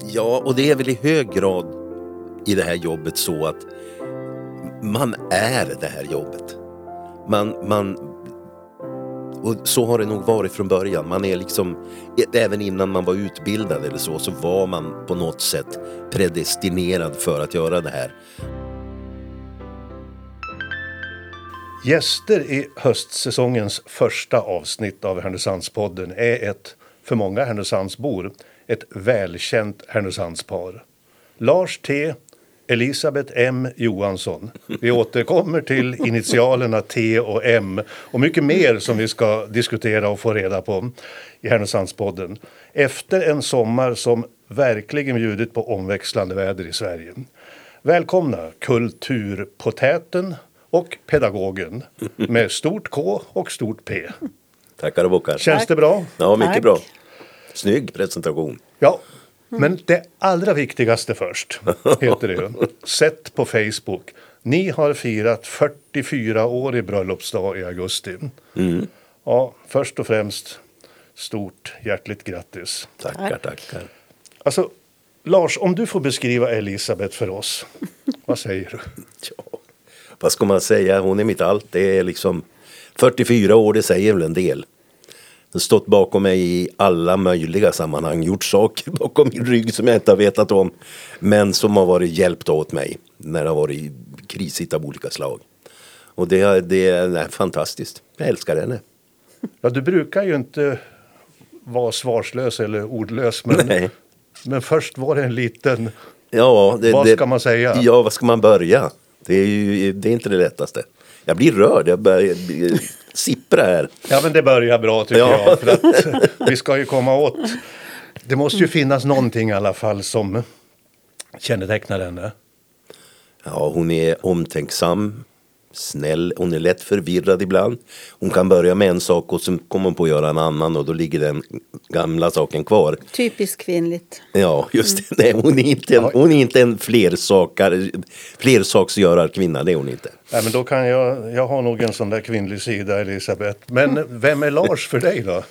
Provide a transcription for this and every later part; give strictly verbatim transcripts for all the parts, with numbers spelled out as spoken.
Ja, och det är väl i hög grad i det här jobbet så att man är det här jobbet. Man, man, och så har det nog varit från början. Man är liksom, även innan man var utbildad eller så, så var man på något sätt predestinerad för att göra det här. Gäster i höstsäsongens första avsnitt av Härnösandspodden är ett, för många Härnösandsbor, ett välkänt Härnösandspar. Lars T. Elisabeth M. Johansson. Vi återkommer till initialerna T och M och mycket mer som vi ska diskutera och få reda på i Härnösandspodden. Efter en sommar som verkligen bjudit på omväxlande väder i Sverige. Välkomna kulturpotäten och pedagogen med stort K och stort P. Tackar och bockar. Känns det bra? Ja, mycket Tack. bra. Snygg presentation. Ja, men det allra viktigaste först heter det ju. Sätt på Facebook. Ni har firat fyrtiofyra år i bröllopsdag i augusti. Mm. Ja, först och främst stort hjärtligt grattis. Tackar, tackar. Alltså, Lars, om du får beskriva Elisabeth för oss. Vad säger du? Ja, vad ska man säga? Hon är mitt allt. Det är liksom fyrtiofyra år, det säger väl en del. Hon har stått bakom mig i alla möjliga sammanhang. Gjort saker bakom min rygg som jag inte har vetat om. Men som har varit hjälpt åt mig när det har varit krisigt av olika slag. Och det, det är fantastiskt. Jag älskar henne. Ja, du brukar ju inte vara svarslös eller ordlös. Men, Nej. men först var det en liten... Ja, det, vad det, ska man säga? Ja, vad ska man börja? Det är ju det är inte det lättaste. Jag blir rörd, jag börjar sippra här. Ja, men det börjar bra tycker Ja. jag. För att vi ska ju komma åt. Det måste ju finnas någonting i alla fall som kännetecknar henne. Ja, hon är omtänksam, snäll, hon är lätt förvirrad ibland. Hon kan börja med en sak och sen kommer hon på att göra en annan och då ligger den gamla saken kvar. Typiskt kvinnligt. Ja, just det. Nej, hon är inte en, hon är inte en flersakar, flersaksgörarkvinna, det är hon inte. Nej, men då kan jag, jag har nog en sån där kvinnlig sida, Elisabeth. Men vem är Lars för dig då?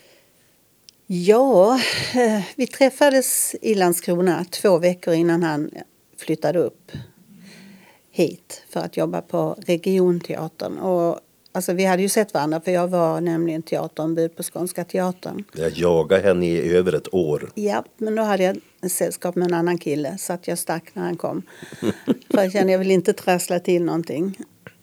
Ja, eh, vi träffades i Landskrona två veckor innan han flyttade upp hit för att jobba på regionteatern. Och, alltså, vi hade ju sett varandra för jag var nämligen teaterombud på Skånska teatern. Jag jagade henne i över ett år. Ja, men då hade jag en sällskap med en annan kille så att jag stack när han kom. För jag kände jag vill inte trassla till någonting.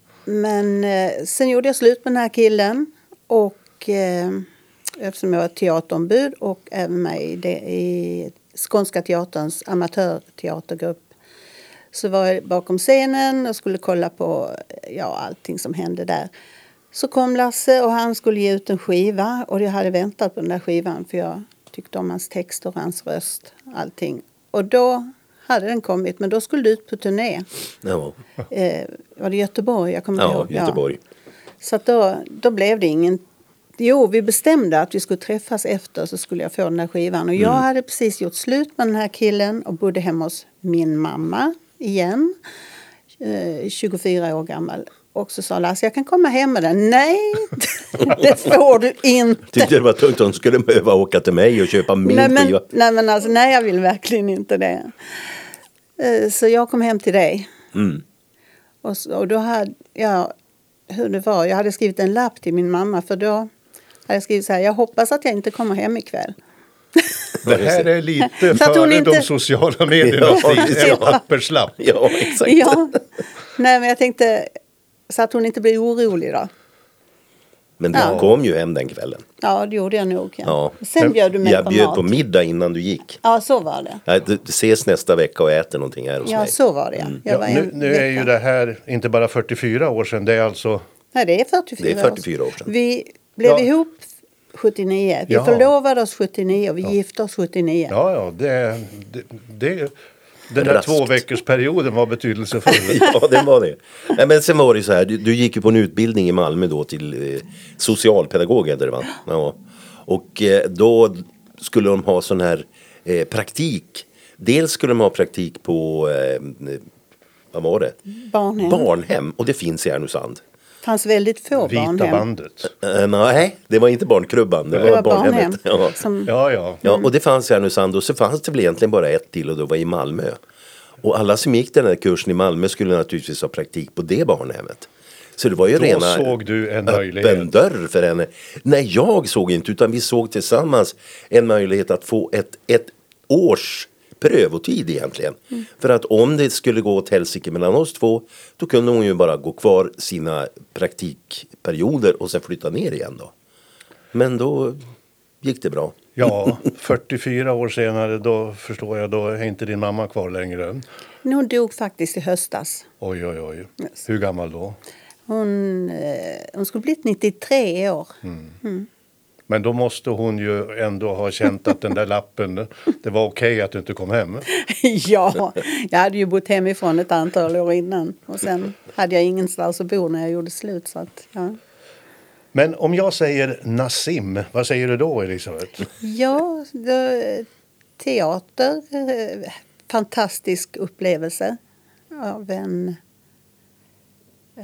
Men eh, sen gjorde jag slut med den här killen och eh, eftersom jag var teaterombud och även med i, det, i Skånska teaterns amatörteatergrupp så var jag bakom scenen och skulle kolla på ja, allting som hände där. Så kom Lasse och han skulle ge ut en skiva och jag hade väntat på den där skivan för jag tyckte om hans texter och hans röst, allting. Och då hade den kommit, men då skulle det ut på turné. Ja, Eh, var det Göteborg? Jag kommer inte ja ihåg. Göteborg. Ja. Så att då, då blev det ingen... Jo, vi bestämde att vi skulle träffas efter så skulle jag få den där skivan. Och jag Mm. hade precis gjort slut med den här killen och bodde hemma hos min mamma igen. Eh, tjugofyra år gammal. Och så sa Lasse, jag kan komma hem med den. Nej, det får du inte. Tyckte det var tungt att hon skulle behöva åka till mig och köpa min nej, men, skiva. nej, men alltså, nej, jag vill verkligen inte det. Eh, så jag kom hem till dig. Mm. Och, så, och då hade jag, hur det var, jag hade skrivit en lapp till min mamma. För då hade jag skrivit så här, jag hoppas att jag inte kommer hem ikväll. Det här är lite Så att hon före inte- de sociala mediernas Ja, tid. ja. En papperslapp. Ja, exakt. Ja, nej men jag tänkte så att hon inte blir orolig då. Men du Ja. kom ju hem den kvällen. Ja, det gjorde jag nog. Ja. Ja. Sen bjöd du mig Jag på bjöd mat. på middag innan du gick. Ja, så var det. Ja, du ses nästa vecka och äter någonting här hos Ja, mig. så var det. Ja. Jag var Ja, en nu, nu är ju vecka. det här inte bara fyrtiofyra år sedan. Det är alltså... Nej, det är fyrtiofyra, Det är fyrtiofyra år sedan. Vi blev Ja. ihop sjuttionio. Vi Jaha. förlovade oss sjuttionio och vi gifte oss sjuttionio. Ja, ja, det... det, det den här Raskt. två veckors perioden var betydelsefull. Ja, det var det. Nej, men sen var det så här, du, du gick ju på en utbildning i Malmö då till eh, socialpedagog, heter det va? Ja. Och eh, då skulle de ha sån här eh, praktik. Dels skulle de ha praktik på, eh, vad var det? Barnhem. Barnhem, och det finns i Härnösand. fanns väldigt få Vita barnhem. bandet. Uh, nej, det var inte barnkrubban, det, Det var var barnhemmet. barnhem. Ja. Som, Ja, ja. Ja, och det fanns i Härnösand och så fanns det väl egentligen bara ett till och det var i Malmö. Och alla som gick den här kursen i Malmö skulle naturligtvis ha praktik på det barnhemmet. Så det var ju Då rena såg du en öppen möjlighet. dörr för henne. Nej, jag såg inte utan vi såg tillsammans en möjlighet att få ett, ett års prövotid egentligen. Mm. För att om det skulle gå åt helsike mellan oss två då kunde hon ju bara gå kvar sina praktikperioder och sen flytta ner igen då. Men då gick det bra. Ja, fyrtiofyra år senare då förstår jag, då är inte din mamma kvar längre. hon dog faktiskt i höstas. Oj, oj, oj. Yes. Hur gammal då? Hon, eh, hon skulle blivit nittiotre år. Mm. Mm. Men då måste hon ju ändå ha känt att den där lappen, det var okej att du inte kom hem. Ja, jag hade ju bott hemifrån ett antal år innan. Och sen hade jag ingenstans att bo när jag gjorde slut. Så att, ja. Men om jag säger Nassim, vad säger du då, Elisabeth? Ja, det, teater. eh, Fantastisk upplevelse av en... eh,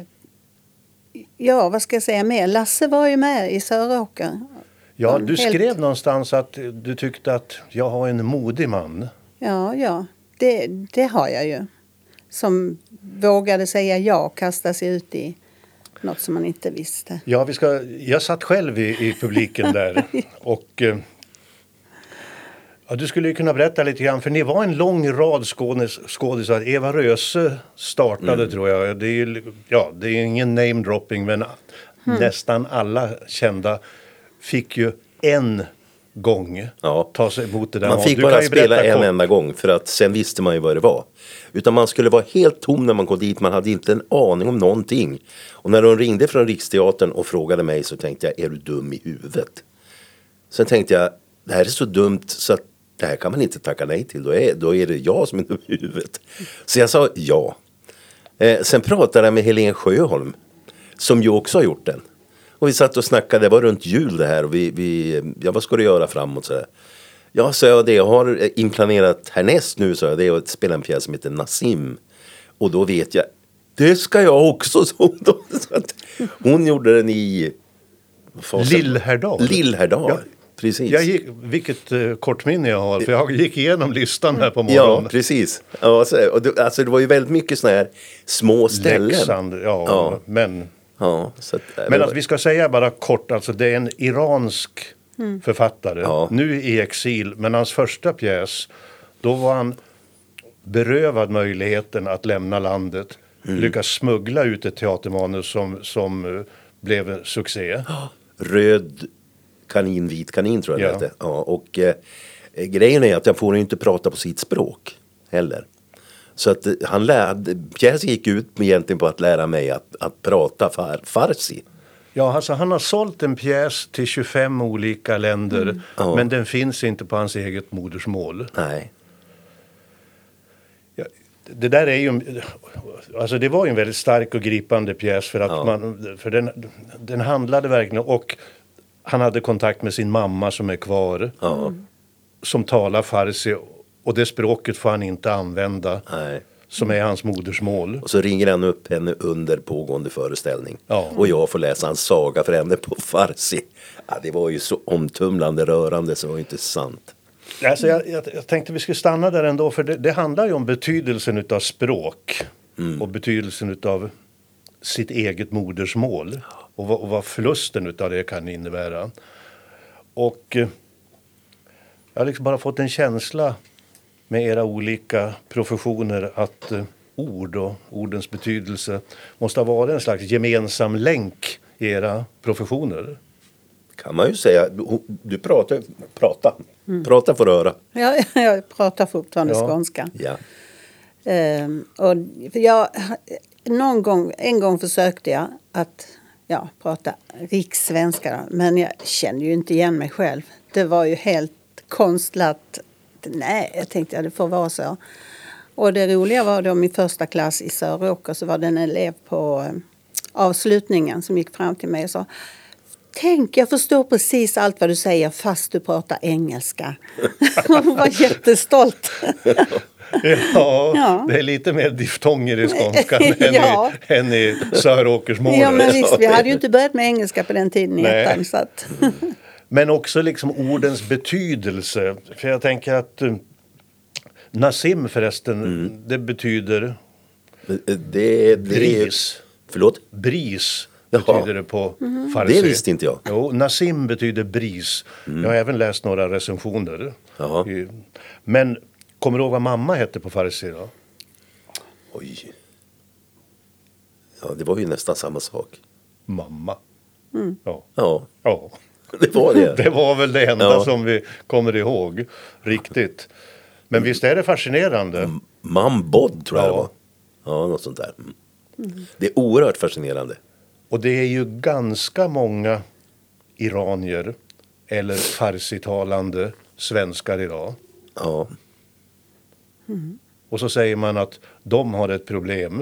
Ja, vad ska jag säga mer? Lasse var ju med i Söråker. Ja, Han du helt- skrev någonstans att du tyckte att jag har en modig man. Ja, ja. Det, det har jag ju. Som vågade säga ja och kasta sig ut i något som man inte visste. Ja, vi ska, jag satt själv i, i publiken där och eh, ja, du skulle ju kunna berätta lite grann, för ni var en lång rad skådis, skådisar. Eva Röse startade Mm. tror jag. Det är, ja, det är ingen name dropping, men Mm. nästan alla kända fick ju en gång Ja. ta sig emot det där. Man fick Du bara kan ju spela berätta en kort. enda gång för att sen visste man ju vad det var. Utan man skulle vara helt tom när man kom dit, man hade inte en aning om någonting. Och när de ringde från Riksteatern och frågade mig så tänkte jag, är du dum i huvudet? Sen tänkte jag, det här är så dumt så att det här kan man inte tacka nej till, då är, då är det jag som är dum i huvudet. Så jag sa ja. Eh, sen pratade jag med Helen Sjöholm som ju också har gjort den. Och vi satt och snackade, det var runt jul det här och vi, vi ja vad ska du göra framåt så här. Ja, så jag det jag har inplanerat härnäst nu så jag, det är att spela en pjäs som heter Nassim. Och då vet jag, det ska jag också så, då, så att hon gjorde den i Lillhärdal. Lillhärdal, Ja. precis. Jag gick, vilket uh, kortminne jag har, för jag gick igenom listan här på Ja, morgonen. precis. Ja, så, och det, alltså det var ju väldigt mycket såna här små ställen. Leksand, ja, Ja. men... Ja, så att, Men att vi ska säga bara kort, alltså det är en iransk författare, Ja. nu i exil, men hans första pjäs, då var han berövad möjligheten att lämna landet, Mm. lyckas smuggla ut ett teatermanus som, som eh, blev en succé. Röd kanin, vit kanin tror jag Ja. det hette. Ja, och eh, grejen är att jag får inte prata på sitt språk heller. Så att eh, han lärde, pjäsen gick ut med egentligen på att lära mig att, att prata far, farsi. Ja, alltså han har sålt en pjäs till tjugofem olika länder, Ja. men den finns inte på hans eget modersmål. Nej. Ja, det där är ju, alltså det var ju en väldigt stark och gripande pjäs för att Ja. man, för den, den handlade verkligen, och han hade kontakt med sin mamma som är kvar, Ja. som talar farsi, och det språket får han inte använda, Nej. som är hans modersmål. Och så ringer han upp henne under pågående föreställning. Ja. Och jag får läsa en saga för henne på farsi. Ja, det var ju så omtumlande rörande så det var ju inte sant. Alltså jag, jag, jag tänkte vi skulle stanna där ändå, för det, det handlar ju om betydelsen utav språk och betydelsen utav sitt eget modersmål och vad, och vad förlusten utav det kan innebära. Och eh, jag har liksom bara fått en känsla med era olika professioner att eh, ord och ordens betydelse måste ha varit en slags gemensam länk i era professioner. Kan man ju säga. Du, du pratar, prata. Prata får höra. Ja, jag pratar fortfarande Ja. skånska. Ja. Ehm, och för jag, någon gång, en gång försökte jag att ja, prata rikssvenska. Då, men jag kände ju inte igen mig själv. Det var ju helt konstlat. Nej, jag tänkte att det får vara så. Och det roliga var då min första klass i Söråker, så var det en elev på eh, avslutningen som gick fram till mig och sa: tänk, jag förstår precis allt vad du säger fast du pratar engelska. Hon var jättestolt. Ja, Ja. det är lite mer diftonger i skånskan än, Ja. i, än i Söråkersmålet. Ja, men visst, vi hade ju inte börjat med engelska på den tiden i Nej. ettan. Så att, Men också liksom ordens betydelse. För jag tänker att uh, Nassim förresten, Mm. det betyder Det, det, det, bris. Förlåt? Bris Jaha. betyder det på farsi. Det visste inte jag. Jo, Nassim betyder bris. Jag har även läst några recensioner. Jaha. I- Men kommer du ihåg vad mamma hette på farsi då? Oj. Ja, det var ju nästan samma sak. Mamma. Ja. Ja, ja. det var det. Det var väl det enda Ja. som vi kommer ihåg riktigt. Men visst är det fascinerande? Mambod tror jag Ja. det var. Ja, något sånt där. Mm. Det är oerhört fascinerande. Och det är ju ganska många iranier eller farsitalande svenskar idag. Ja, Och så säger man att de har ett problem.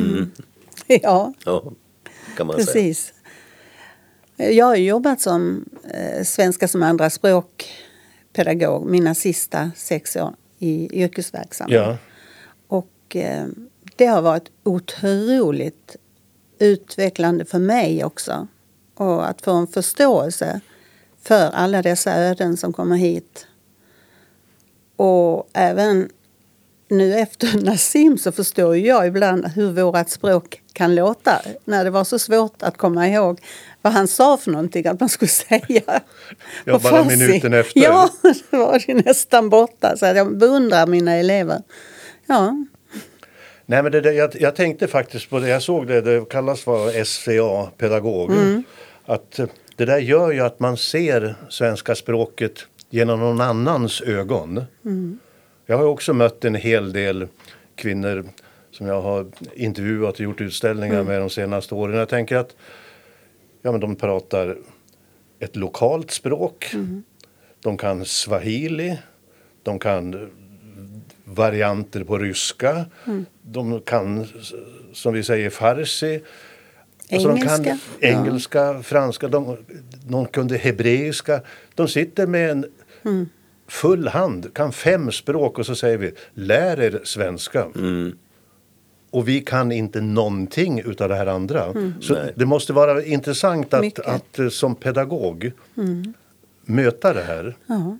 ja, ja kan man säga. precis. Jag har ju jobbat som eh, svenska som andra språkpedagog mina sista sex år i yrkesverksam. Ja. Och eh, det har varit otroligt utvecklande för mig också. Och att få en förståelse för alla dessa öden som kommer hit. Och även nu efter Nassim så förstår jag ibland hur vårt språk kan låta. När det var så svårt att komma ihåg vad han sa för någonting att man skulle säga. Ja, på bara farsi. minuten efter. Ja, det var det nästan borta. Så jag beundrar mina elever. Ja, Nej, men det, det, jag, jag tänkte faktiskt på det. Jag såg det, det kallas för S C A-pedagog. Att eh, det där gör ju att man ser svenska språket genom någon annans ögon. Jag har ju också mött en hel del kvinnor som jag har intervjuat och gjort utställningar med de senaste åren. Jag tänker att ja, men de pratar ett lokalt språk. De kan swahili. De kan varianter på ryska. De kan, som vi säger, farsi. Alltså de kan Engelska. engelska, franska. De, någon kunde hebreiska. De sitter med en full hand, kan fem språk och så säger vi, lär er svenska. Och vi kan inte någonting utav det här andra. Så Nej. det måste vara intressant att, Mycket. att eh, som pedagog möta det här. ja.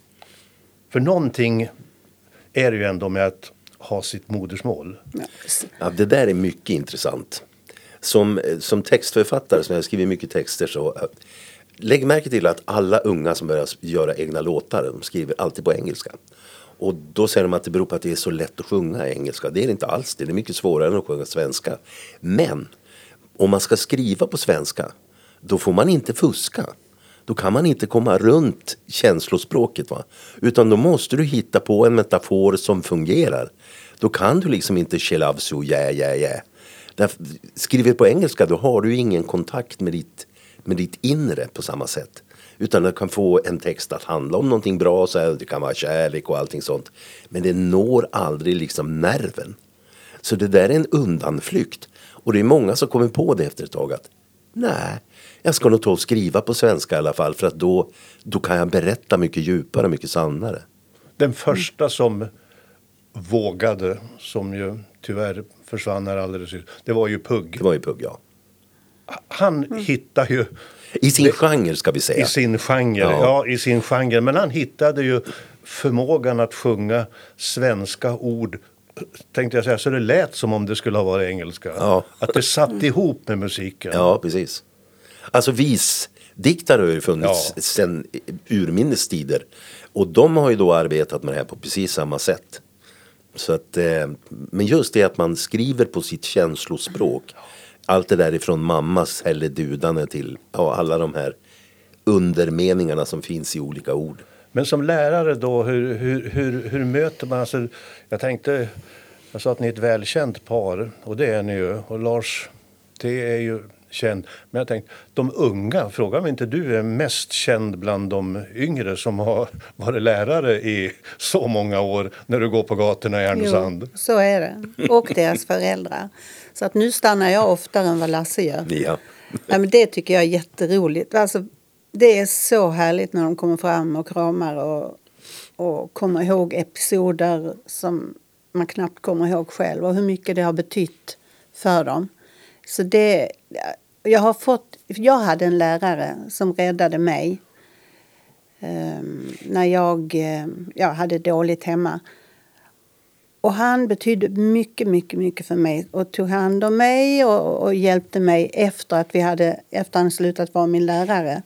För någonting är det ju ändå med att ha sitt modersmål. Ja, det där är mycket intressant. Som, som textförfattare, som jag skriver mycket texter, så äh, lägg märke till att alla unga som börjar göra egna låtar, de skriver alltid på engelska. Och då säger de att det beror på att det är så lätt att sjunga engelska. Det är det inte alls, det är mycket svårare än att sjunga svenska. Men om man ska skriva på svenska, då får man inte fuska. Då kan man inte komma runt känslospråket, va? Utan då måste du hitta på en metafor som fungerar. Då kan du liksom inte shelavsu, ja, ja, ja. Därför, skriver på engelska, då har du ingen kontakt med ditt, med ditt inre på samma sätt. Utan du kan få en text att handla om någonting bra, så här, det kan vara kärlek och allting sånt. Men det når aldrig liksom nerven. Så det där är en undanflykt. Och det är många som kommer på det efter ett tag att nej, jag ska nog ta och skriva på svenska i alla fall, för att då, då kan jag berätta mycket djupare, mycket sannare. Den första som vågade, som ju tyvärr försvann här alldeles ut, det var ju Pugg. Det var ju Pugg, ja. Han hittar ju I sin Det- genre ska vi säga. i sin genre, Ja. ja. i sin genre, men han hittade ju förmågan att sjunga svenska ord, tänkte jag säga, så det lät som om det skulle ha varit engelska. Ja. Att det satt ihop med musiken. Ja, precis. Alltså visdiktare har ju funnits Ja. sedan urminnes tider. Och de har ju då arbetat med det här på precis samma sätt. Så att, eh, men just det att man skriver på sitt känslospråk. Allt det där ifrån mammas helledudande till ja, alla de här undermeningarna som finns i olika ord. Men som lärare då, hur, hur, hur, hur möter man, alltså, jag tänkte, jag sa att ni är ett välkänt par, och det är ni ju, och Lars, det är ju känd, men jag tänkte, de unga, frågar mig inte du är mest känd bland de yngre som har varit lärare i så många år när du går på gatorna i Härnösand? Jo, så är det. Och deras föräldrar. Så att nu stannar jag oftare än vad Lasse gör. Ja. Ja, men det tycker jag är jätteroligt. Alltså, det är så härligt när de kommer fram och kramar och, och kommer ihåg episoder som man knappt kommer ihåg själv och hur mycket det har betytt för dem. Så det, jag, har fått, jag hade en lärare som räddade mig eh, när jag, eh, jag hade dåligt hemma. Och han betydde mycket, mycket, mycket för mig och tog hand om mig och, och hjälpte mig efter att vi hade, efter han slutat vara min lärare.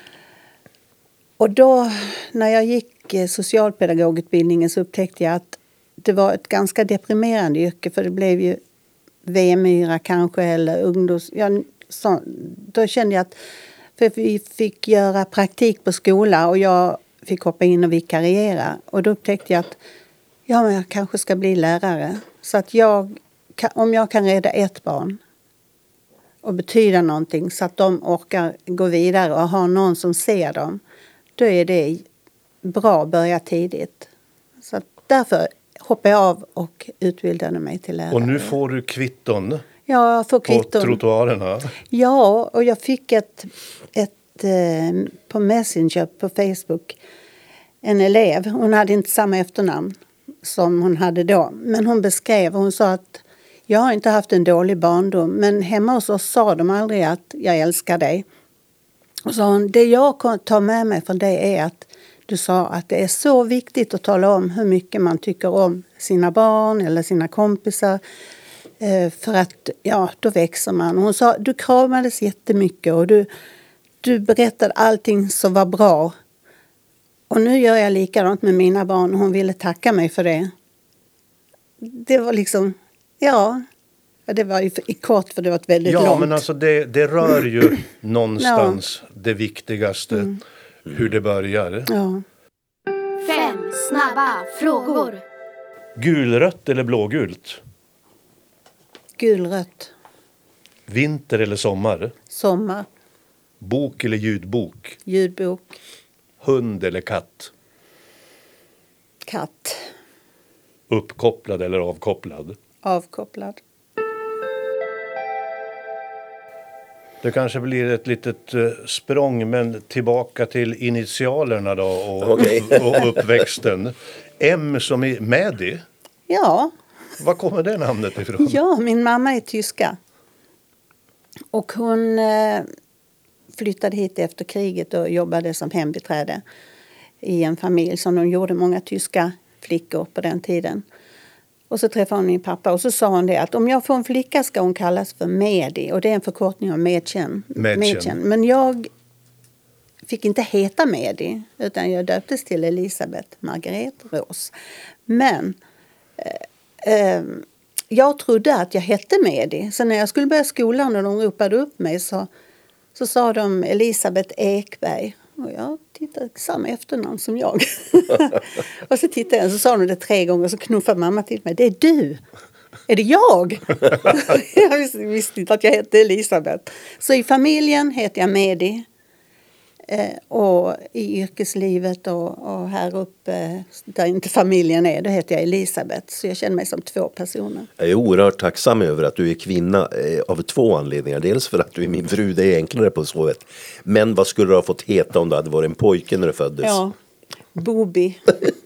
Och då, när jag gick socialpedagogutbildningen så upptäckte jag att det var ett ganska deprimerande yrke, för det blev ju V M-yra kanske eller ungdoms... Ja, så, då kände jag att, för vi fick göra praktik på skola och jag fick hoppa in och vikariera. Och då upptäckte jag att ja, men jag kanske ska bli lärare. Så att jag, om jag kan rädda ett barn och betyda någonting så att de orkar gå vidare och ha någon som ser dem, då är det bra att börja tidigt. Så att därför hoppade jag av och utbildade mig till lärare. Och nu får du kvitton, ja, jag får kvitton på trottoarerna. Ja, och jag fick ett, ett eh, på Messenger på Facebook en elev. Hon hade inte samma efternamn som hon hade då. Men hon beskrev, hon sa att jag har inte haft en dålig barndom. Men hemma hos oss sa de aldrig att jag älskar dig. Och sa hon, det jag tar med mig från det är att du sa att det är så viktigt att tala om hur mycket man tycker om sina barn eller sina kompisar. För att, ja, då växer man. Och hon sa, du kramades jättemycket och du, du berättade allting som var bra. Och nu gör jag likadant med mina barn och hon ville tacka mig för det. Det var liksom, ja, det var ju i kort för det var ett väldigt ja, långt. Ja, men alltså det, det rör ju någonstans ja. det viktigaste, mm. hur det börjar. Ja. Fem snabba frågor. Gulrött eller blågult? Gulrött. Vinter eller sommar? Sommar. Bok eller ljudbok? Ljudbok. Hund eller katt? Katt. Uppkopplad eller avkopplad? Avkopplad. Det kanske blir ett litet uh, språng, men tillbaka till initialerna då och, okay. och uppväxten. M som i Mädi? Ja. Var kommer det namnet ifrån? Ja, min mamma är tyska. Och hon eh, flyttade hit efter kriget och jobbade som hembiträde i en familj som de gjorde många tyska flickor på den tiden. Och så träffade hon min pappa och så sa hon det att om jag får en flicka ska hon kallas för Medi. Och det är en förkortning av Mädchen. Mädchen. Men jag fick inte heta Medi utan jag döptes till Elisabeth Margaret Ros. Men eh, eh, jag trodde att jag hette Medi. Så när jag skulle börja skolan och de ropade upp mig så, så sa de Elisabeth Ekberg. Och jag tittade samma efternamn som jag. Och så tittade jag och så sa de det tre gånger och så knuffade mamma till mig. Det är du! Är det jag? Jag visste, visste inte att jag hette Elisabeth. Så i familjen heter jag Medi. Eh, och i yrkeslivet och, och här uppe där inte familjen är, då heter jag Elisabeth. Så jag känner mig som två personer. Jag är oerhört tacksam över att du är kvinna eh, av två anledningar. Dels för att du är min fru, det är enklare på så sätt. Men vad skulle du ha fått heta om du hade varit en pojke när du föddes? Ja, Bobi.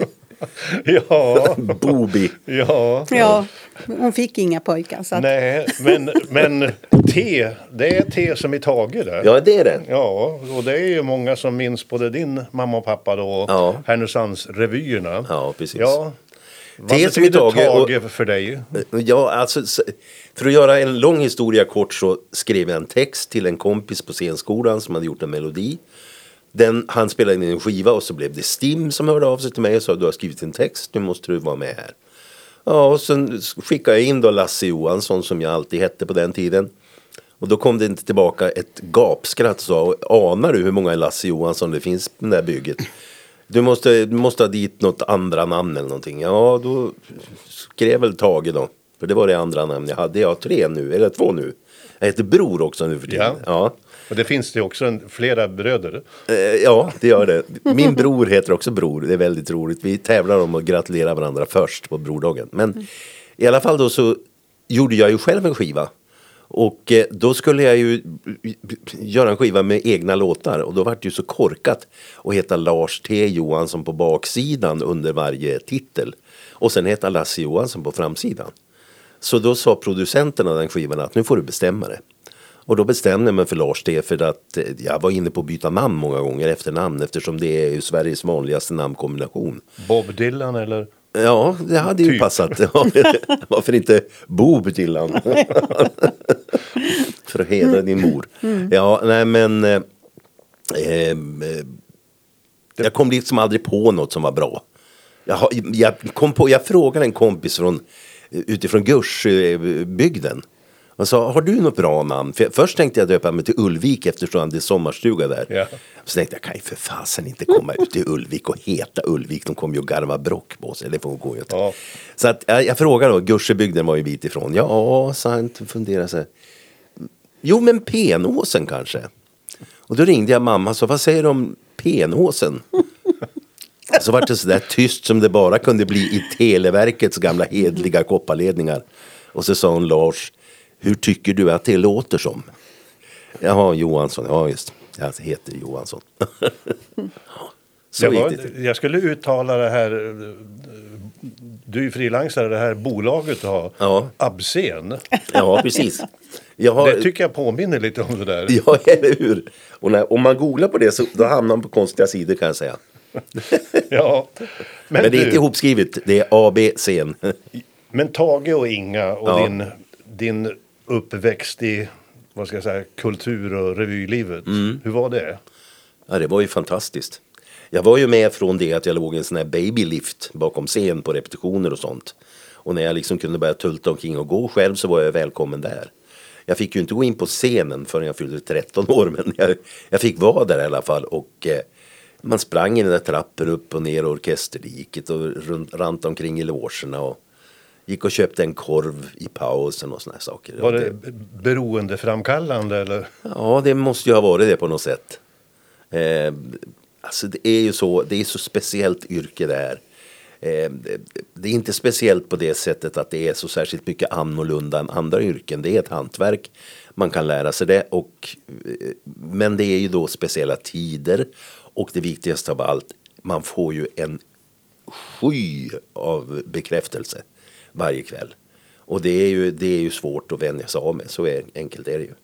Ja. Bobi. Ja. Ja, hon fick inga pojkar. Så att... Nej, men, men te, det är te som i Tage där. Ja, det är det. Ja, och det är ju många som minns både din mamma och pappa då, ja. Härnösands revyerna. Ja, precis. Ja. Vad te som i Tage, Tage och... för dig? Ja, alltså, för att göra en lång historia kort så skrev jag en text till en kompis på scenskolan som hade gjort en melodi. Den, han spelade in en skiva och så blev det Stim som hörde av sig till mig och sa du har skrivit en text, nu måste du vara med här. Ja, och sen skickade jag in då Lasse Johansson som jag alltid hette på den tiden. Och då kom det inte tillbaka ett gapskratt och sa, anar du hur många Lasse Johansson det finns på det här bygget? Du måste, du måste ha dit något andra namn eller någonting. Ja, då skrev väl Tage då. För det var det andra namn jag hade. Jag har tre nu, eller två nu. Jag heter Bror också nu för tiden. Ja. Ja. Och det finns det också en, flera bröder. Eh, ja, det gör det. Min bror heter också Bror. Det är väldigt roligt. Vi tävlar om att gratulera varandra först på brordagen. Men mm. i alla fall då så gjorde jag ju själv en skiva. Och eh, då skulle jag ju göra en skiva med egna låtar. Och då var det ju så korkat att heta Lars T. Johansson på baksidan under varje titel. Och sen heta Lasse Johansson på framsidan. Så då sa producenten av den skivan att nu får du bestämma det. Och då bestämde jag mig för Lars T. för att eh, jag var inne på att byta namn många gånger efter namn. Eftersom det är ju Sveriges vanligaste namnkombination. Bob Dylan eller? Ja, det hade ju Typ. passat. Varför inte Bob Dylan? För att hedra din mor. Mm. Ja, nej men... Eh, eh, jag kom liksom aldrig på något som var bra. Jag, jag, kom på, jag frågade en kompis från, utifrån Gursbygden. Och sa, har du något bra namn? För först tänkte jag döpa mig till Ulvik eftersom det är sommarstuga där. Ja. Så tänkte jag, kan jag för fasen inte komma ut till Ulvik och heta Ulvik. De kommer ju att garva brock på sig. Det får gå ut. Ja. Så att, jag, jag frågade då, Gursbygden var ju bit ifrån. Ja, sa han, funderade så här. Jo, men Penåsen kanske. Och då ringde jag mamma och sa, vad säger du om Penåsen? Så var det så där tyst som det bara kunde bli i Televerkets gamla hedliga kopparledningar. Och så sa hon, Lars, hur tycker du att det låter som? Jaha, Johansson. Ja, just. Jag heter Johansson. Så jag, var, jag skulle uttala det här, du är frilansare, det här bolaget har, ja. Absen. Ja, precis. Jag har, det tycker jag påminner lite om det där. Ja, eller hur? Och när, om man googlar på det så då hamnar man på konstiga sidor kan jag säga. Ja. Men, men det är du, inte ihopskrivet, det är A B C. Men Tage och Inga och ja. din, din uppväxt i vad ska jag säga, kultur- och revylivet. Mm. Hur var det? Ja, det var ju fantastiskt. Jag var ju med från det att jag låg i en sån här babylift bakom scen på repetitioner och sånt. Och när jag liksom kunde börja tulta omkring och gå själv så var jag välkommen där. Jag fick ju inte gå in på scenen förrän jag fyllde tretton år, men jag, jag fick vara där i alla fall. Och eh, man sprang i den där trappor upp och ner orkesterdiket och runt, rant omkring i logerna och gick och köpte en korv i pausen och såna här saker. Var det beroendeframkallande eller? Ja, det måste ju ha varit det på något sätt. Eh, alltså det är ju så, det är så speciellt yrke det här. Eh, det är inte speciellt på det sättet att det är så särskilt mycket annorlunda än andra yrken. Det är ett hantverk, man kan lära sig det. Och, men det är ju då speciella tider. Och det viktigaste av allt, man får ju en sky av bekräftelse varje kväll. Och det är ju, det är ju svårt att vänja sig av med, så är, enkelt är det ju.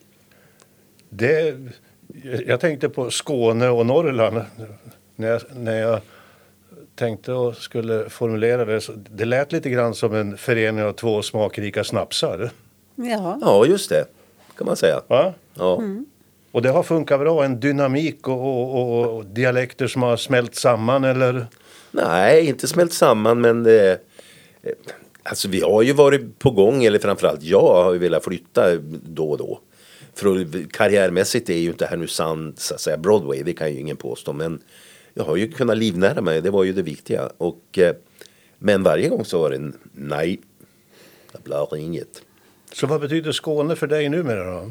Det, jag tänkte på Skåne och Norrland när jag, när jag tänkte och skulle formulera det. Så det lät lite grann som en förening av två smakrika snapsar. Ja, ja just det, kan man säga. Va? Ja. Mm. Och det har funkat bra, en dynamik och, och, och dialekter som har smält samman eller? Nej, inte smält samman, men eh, alltså vi har ju varit på gång, eller framförallt jag har ju velat flytta då och då. För karriärmässigt är ju inte Härnösand så att säga Broadway, det kan ju ingen påstå, men jag har ju kunnat livnära mig, det var ju det viktiga. Och, eh, men varje gång så var det en nej, det blir inget. Så vad betyder Skåne för dig numera då?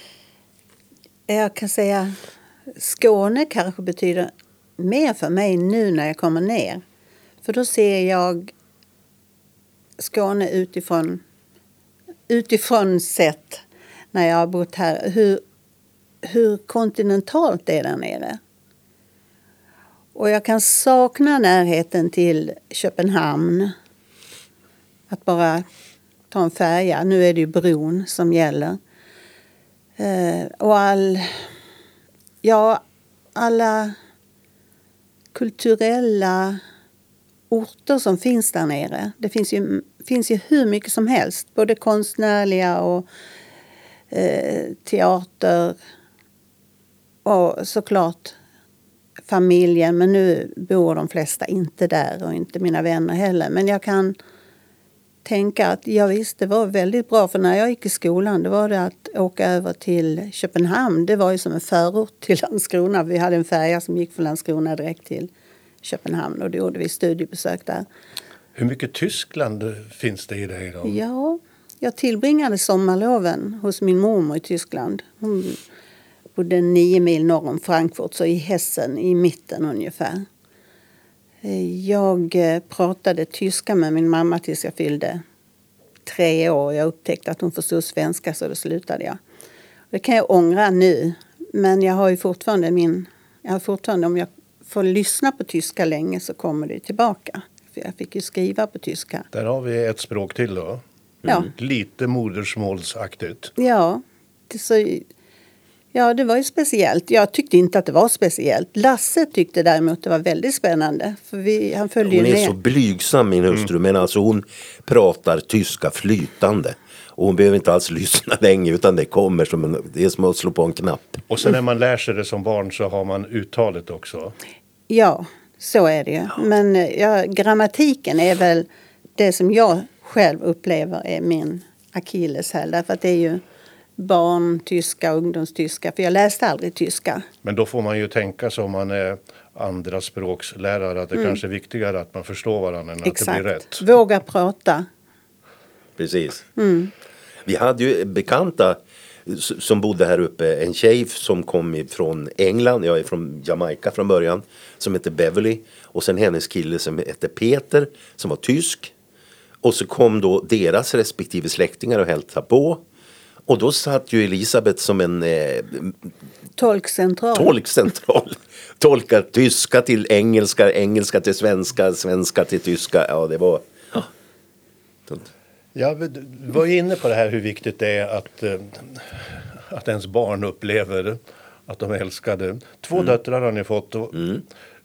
Jag kan säga Skåne kanske betyder mer för mig nu när jag kommer ner. För då ser jag Skåne utifrån, utifrån sett när jag har bott här. Hur, hur kontinentalt det är där nere. Och jag kan sakna närheten till Köpenhamn. Att bara ta en färja. Nu är det ju bron som gäller. Uh, och all, ja, alla kulturella orter som finns där nere. Det finns ju, finns ju hur mycket som helst. Både konstnärliga och uh, teater. Och såklart familjen. Men nu bor de flesta inte där och inte mina vänner heller. Men jag kan tänka att ja, visst, det var väldigt bra. För när jag gick i skolan, det var det att åka över till Köpenhamn. Det var ju som en förort till Landskrona. Vi hade en färja som gick från Landskrona direkt till Köpenhamn. Och då gjorde vi studiebesök där. Hur mycket Tyskland finns det i dig då? Ja, jag tillbringade sommarloven hos min mormor i Tyskland. Hon bodde nio mil norr om Frankfurt, så i Hessen, i mitten ungefär. Jag pratade tyska med min mamma tills jag fyllde tre år. Jag upptäckte att hon förstod svenska så då slutade jag. Det kan jag ångra nu. Men jag har ju fortfarande min... Jag har fortfarande, om jag får lyssna på tyska länge så kommer det tillbaka. För jag fick ju skriva på tyska. Där har vi ett språk till då. Ja. Lite modersmålsaktigt. Ja, det, så, ja, det var ju speciellt. Jag tyckte inte att det var speciellt. Lasse tyckte däremot det var väldigt spännande. För vi, han följde Hon ju är med. så blygsam, min hustru, mm. men alltså hon pratar tyska flytande. Och hon behöver inte alls lyssna länge utan det kommer som en, det är som att slå på en knapp. Och sen när man lär sig det som barn så har man uttalet också. Ja, så är det ju. Ja. Men ja, grammatiken är väl det som jag själv upplever är min akilleshäl. Därför att det är ju barn, tyska, ungdomstyska. För jag läste aldrig tyska. Men då får man ju tänka som man är andra språkslärare. Att det mm. kanske är viktigare att man förstår varandra än Exakt. Att det blir rätt. Våga prata. Precis. Mm. Vi hade ju bekanta som bodde här uppe. En tjej som kom från England. Jag är från Jamaica från början. Som heter Beverly. Och sen hennes kille som heter Peter. Som var tysk. Och så kom då deras respektive släktingar och hälsade på. Och då satt ju Elisabeth som en eh, tolkcentral. tolkcentral. Tolkar tyska till engelska, engelska till svenska, svenska till tyska. Ja, det var... Ja. Jag var inne på det här hur viktigt det är att, att ens barn upplever att de älskade. Två mm. döttrar har ni fått. Och mm.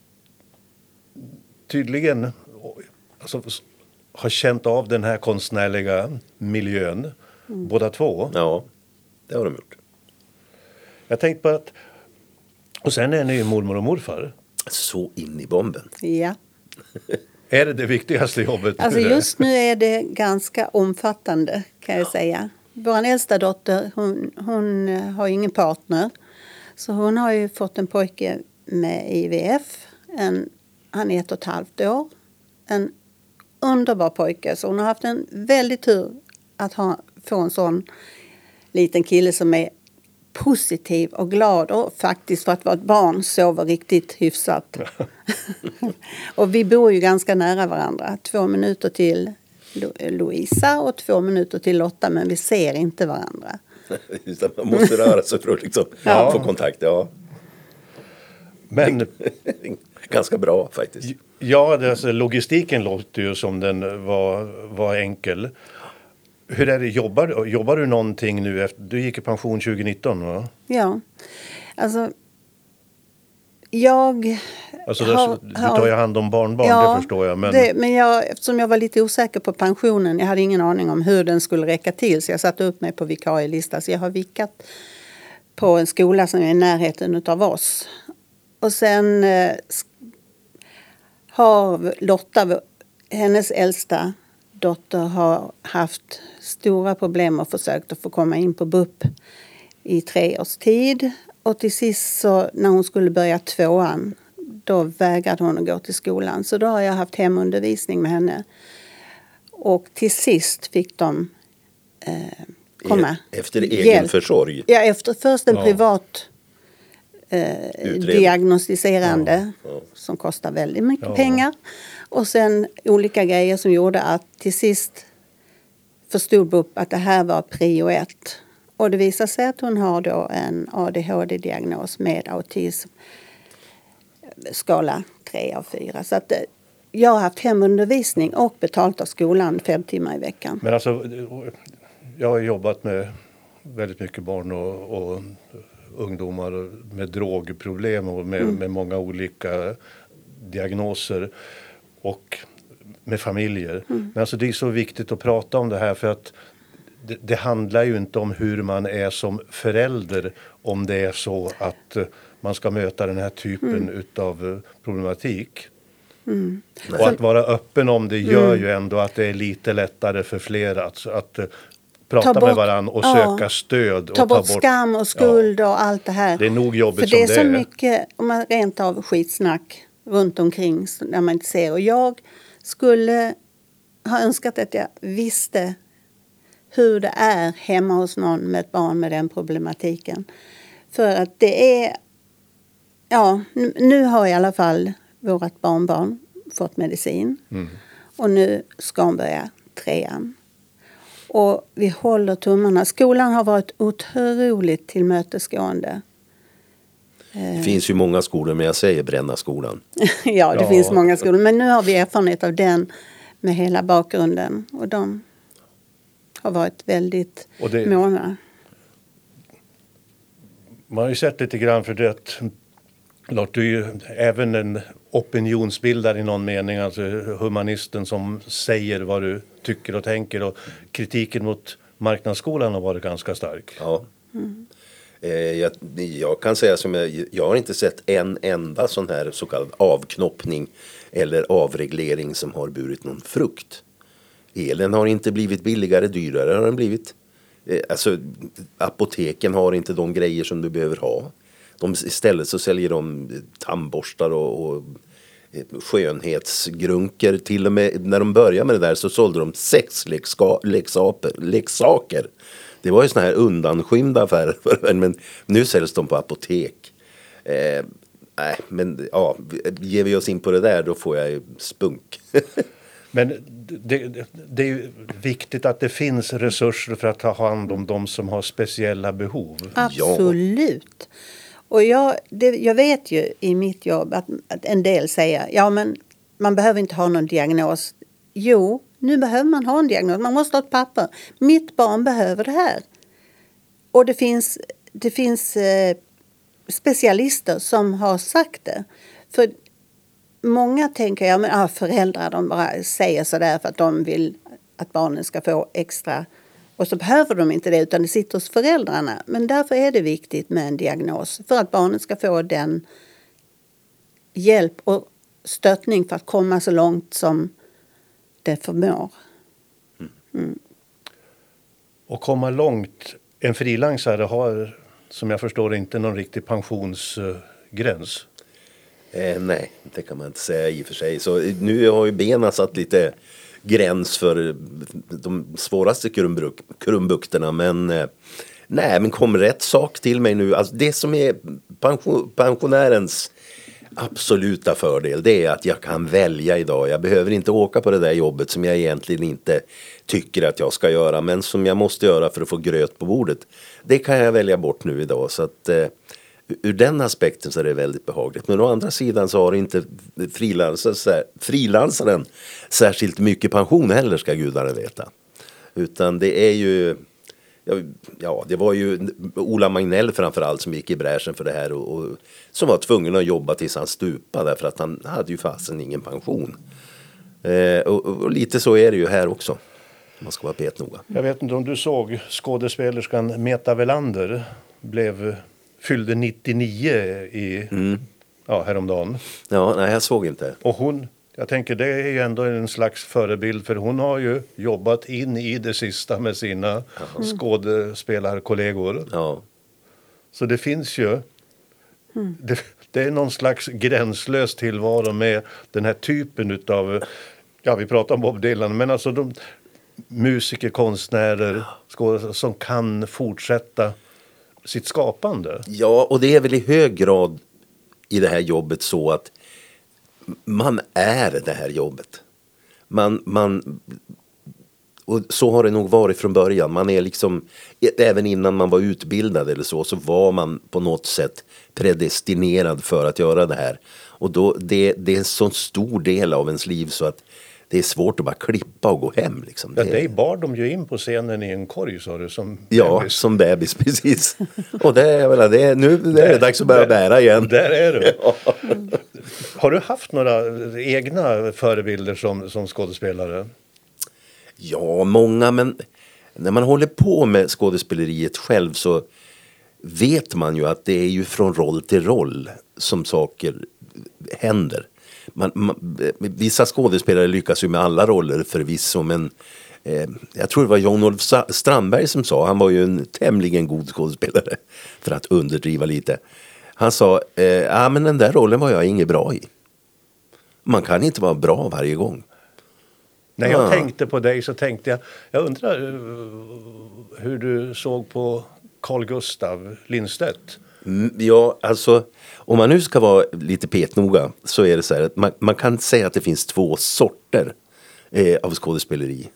Tydligen alltså, har känt av den här konstnärliga miljön. Mm. Båda två. Ja, det har de gjort. Jag tänkte på att... Och sen är ni ju mormor och morfar. Så in i bomben. Ja. Är det det viktigaste jobbet? Alltså just nu är det ganska omfattande kan jag säga. Vår äldsta dotter, hon, hon har ingen partner. Så hon har ju fått en pojke med I V F. En, han är ett och ett halvt år. En underbar pojke. Så hon har haft en väldigt tur att ha, få en sån liten kille som är positiv och glad och faktiskt för att vara ett barn sover riktigt hyfsat. Och vi bor ju ganska nära varandra. Två minuter till Louisa och två minuter till Lotta, men vi ser inte varandra. Man måste röra sig för att liksom ja. få kontakt, ja. Men ganska bra faktiskt. Ja, det, alltså, logistiken låter ju som den var, var enkel. Hur är det, jobbar, jobbar du någonting nu? Efter, du gick i pension tjugonitton, va? Ja, alltså jag... Alltså har, du tar ju hand om barnbarn, ja, det förstår jag. Men, det, men jag, eftersom jag var lite osäker på pensionen, jag hade ingen aning om hur den skulle räcka till. Så jag satte upp mig på vikarielista. Så jag har vikat på en skola som är i närheten av oss. Och sen eh, har Lotta, hennes äldsta dotter, har haft stora problem och försökt att få komma in på B U P i tre års tid. Och till sist så när hon skulle börja tvåan, då vägrade hon att gå till skolan. Så då har jag haft hemundervisning med henne. Och till sist fick de eh, komma. Efter egen hjälp. Försorg? Ja, efter först en ja. privat eh, diagnostiserande ja. Ja. som kostar väldigt mycket ja. pengar. Och sen olika grejer som gjorde att till sist förstod B U P att det här var prio ett. Och det visar sig att hon har då en A D H D-diagnos med autism. Skala tre av fyra. Så att jag har haft hemundervisning och betalt av skolan fem timmar i veckan. Men alltså, jag har jobbat med väldigt mycket barn och, och ungdomar med drogproblem och med, mm. med många olika diagnoser och med familjer. Mm. Men alltså det är så viktigt att prata om det här för att det, det handlar ju inte om hur man är som förälder om det är så att man ska möta den här typen mm. utav problematik. Mm. Och att vara öppen om det gör mm. ju ändå att det är lite lättare för fler att, att prata bort, med varandra och söka ja, stöd. Och ta, bort ta bort skam och skuld ja. och allt det här. Det är nog jobbigt för som det är. För det är så mycket, om man rent av skitsnack runt omkring när man inte ser. Och jag skulle ha önskat att jag visste hur det är hemma hos någon med ett barn med den problematiken. För att det är, ja, nu har i alla fall vårt barnbarn fått medicin. Mm. Och nu ska hon börja trean. Och vi håller tummarna. Skolan har varit otroligt tillmötesgående. Det finns ju många skolor, men jag säger Bränna skolan. Ja, det Ja. finns många skolor. Men nu har vi erfarenhet av den med hela bakgrunden. Och de har varit väldigt Och det- måna. Man har ju sett lite grann för det att Lars, du är ju även en opinionsbildare i någon mening, alltså humanisten som säger vad du tycker och tänker, och kritiken mot marknadsskolan har varit ganska stark. Ja. Eh, jag, jag kan säga som jag, jag har inte sett en enda sån här så kallad avknoppning eller avreglering som har burit någon frukt. Elen har inte blivit billigare, dyrare har den blivit. Eh, alltså apoteken har inte de grejer som du behöver ha. De, istället så säljer de tandborstar och, och skönhetsgrunker. Till och med när de började med det där så sålde de sexleksaker. Det var ju såna här undanskymda affärer, men nu säljs de på apotek. Eh, nej, men ja, ger vi oss in på det där då får jag ju spunk. Men det, det, det är ju viktigt att det finns resurser för att ta hand om de som har speciella behov. Absolut. Och jag, det, jag vet ju i mitt jobb att, att en del säger ja men man behöver inte ha någon diagnos. Jo, nu behöver man ha en diagnos. Man måste ha ett papper. Mitt barn behöver det här. Och det finns, det finns eh, specialister som har sagt det. För många tänker ja, men ah, föräldrar de bara säger sådär för att de vill att barnen ska få extra. Och så behöver de inte det utan det sitter hos föräldrarna. Men därför är det viktigt med en diagnos. För att barnen ska få den hjälp och stöttning för att komma så långt som det förmår. Mm. Och komma långt. En frilansare har, som jag förstår, inte någon riktig pensionsgräns. Eh, nej, det kan man inte säga i och för sig. Så nu har ju benen satt lite gräns för de svåraste krumbruk, krumbukterna. Men eh, nej, men kom rätt sak till mig nu. Alltså, det som är pension, pensionärens absoluta fördel, det är att jag kan välja idag. Jag behöver inte åka på det där jobbet som jag egentligen inte tycker att jag ska göra, men som jag måste göra för att få gröt på bordet. Det kan jag välja bort nu idag, så att eh, ur den aspekten så är det väldigt behagligt. Men å andra sidan så har inte frilansaren, frilansaren särskilt mycket pension heller, ska gudarna veta. Utan det är ju, ja, det var ju Ola Magnell framförallt som gick i bräschen för det här och, och som var tvungen att jobba tills han stupade därför att han hade ju fasen ingen pension. Eh, och, och lite så är det ju här också. Man ska vara petnoga. Jag vet inte om du såg skådespelerskan Meta Velander blev fyllde nittionio i Mm. ja, häromdagen. Ja, nej, jag såg inte. Och hon, jag tänker det är ju ändå en slags förebild, för hon har ju jobbat in i det sista med sina mm. skådespelarkollegor. Ja. Så det finns ju, mm. det, det är någon slags gränslös tillvaro med den här typen utav, ja vi pratar om Bob Dylan, men alltså de musiker, konstnärer, skådespelare som kan fortsätta sitt skapande. Ja, och det är väl i hög grad i det här jobbet så att man är det här jobbet. Man, man, och så har det nog varit från början. Man är liksom, även innan man var utbildad eller så, så var man på något sätt predestinerad för att göra det här. Och då, det, det är en så stor del av ens liv så att det är svårt att bara klippa och gå hem. Liksom. Ja, det dig bar de ju in på scenen i en korg, sa du, som Ja, bebis. som bebis, precis. Och det är väl det är, nu det är det dags att börja bära igen. Där är du. Har du haft några egna förebilder som, som skådespelare? Ja, många, men när man håller på med skådespeleriet själv så vet man ju att det är ju från roll till roll som saker händer. Man, man, vissa skådespelare lyckas ju med alla roller förvisso, men eh, jag tror det var Jan-Olof Strandberg som sa, han var ju en tämligen god skådespelare för att underdriva lite. Han sa, eh, ja men den där rollen var jag inget bra i. Man kan inte vara bra varje gång. När jag Ah. tänkte på dig så tänkte jag, jag undrar uh, hur du såg på Carl Gustav Lindstedt. Mm, ja, alltså om man nu ska vara lite petnoga så är det så här att man, man kan säga att det finns två sorter eh, av skådespeleri.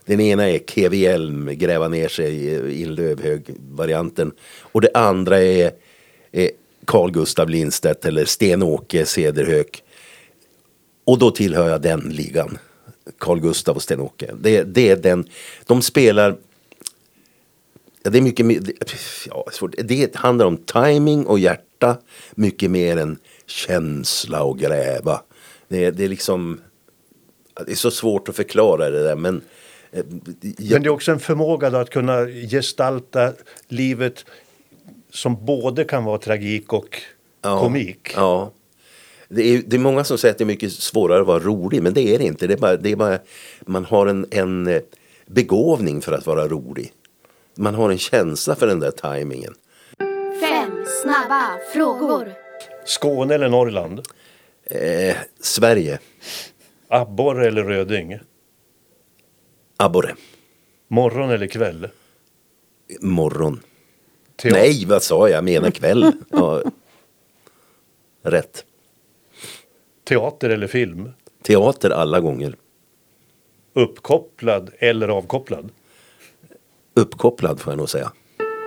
Den ena är K V L, gräva ner sig i Lövhög-varianten. Och det andra är, är Carl Gustav Lindstedt eller Sten-Åke Cederhök. Och då tillhör jag den ligan. Carl Gustav och Sten-Åke. Det, det är den. De spelar... Ja, det är mycket mer... Ja, det handlar om timing och hjärta. Mycket mer än känsla och gräva. Det, det är liksom... Det är så svårt att förklara det där, men... Jag... Men det är också en förmåga då att kunna gestalta livet som både kan vara tragik och ja, komik. Ja. Det är, det är många som säger att det är mycket svårare att vara rolig, men det är det inte. Det är bara, det är bara, man har en, en begåvning för att vara rolig. Man har en känsla för den där tajmingen. Fem snabba frågor. Skåne eller Norrland? Eh, Sverige. Abborre eller röding? Abborre. Morgon eller kväll? Morgon. Teat- Nej, vad sa jag? Jag menar kväll. Ja. Rätt. Teater eller film? Teater alla gånger. Uppkopplad eller avkopplad? Uppkopplad får jag nog säga.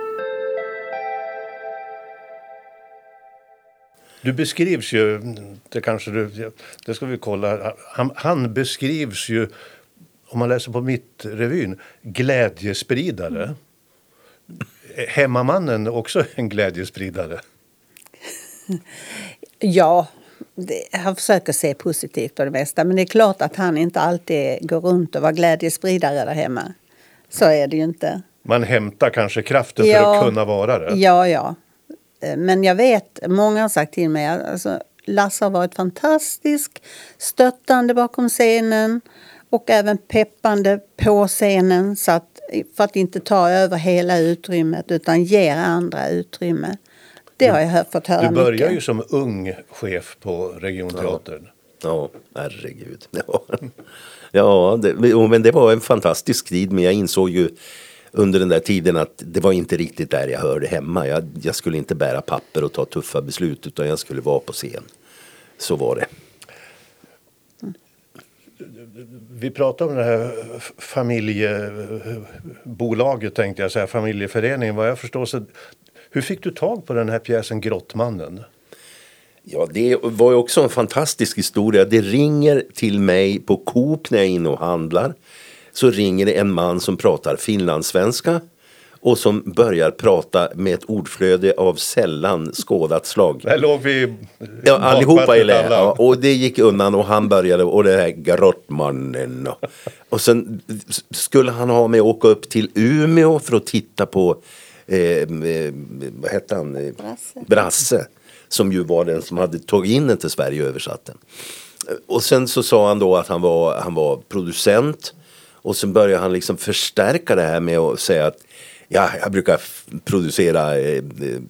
Du beskrivs ju, det kanske du, det ska vi kolla, han, han beskrivs ju, om man läser på Mitt-revyn, glädjespridare. Mm. Hemmamannen också en glädjespridare? Ja, det, han försöker se positivt på det mesta. Men det är klart att han inte alltid går runt och var glädjespridare där hemma. Så är det ju inte. Man hämtar kanske kraften ja, för att kunna vara det. Ja, ja. Men jag vet, många har sagt till mig, alltså, Lasse har varit fantastisk, stöttande bakom scenen och även peppande på scenen, så att, för att inte ta över hela utrymmet utan ge andra utrymme. Det har jag fått höra mycket. Du börjar ju som ung chef på Regionteatern. Ja, ja, herregud. Ja, ja det, men det var en fantastisk tid, men jag insåg ju under den där tiden att det var inte riktigt där jag hörde hemma. Jag, jag skulle inte bära papper och ta tuffa beslut, utan jag skulle vara på scen. Så var det. Vi pratade om det här familjebolaget, tänkte jag säga, familjeföreningen. Vad jag förstår, så hur fick du tag på den här pjäsen Grottmannen? Ja, det var ju också en fantastisk historia. Det ringer till mig på Coop när jag är inne och handlar. Så ringer det en man som pratar finlandssvenska och som börjar prata med ett ordflöde av sällan skådat slag. Där låg vi ja, allihopa i lä. Ja, och det gick undan och han började, och det här Grottmannen. Och, och sen skulle han ha mig åka upp till Umeå för att titta på eh, eh, vad hette han? Brasse. Brasse. Som ju var den som hade tagit in den till Sverige och översatt den. Och sen så sa han då att han var, han var producent. Och sen började han liksom förstärka det här med att säga att ja, jag brukar f- producera eh,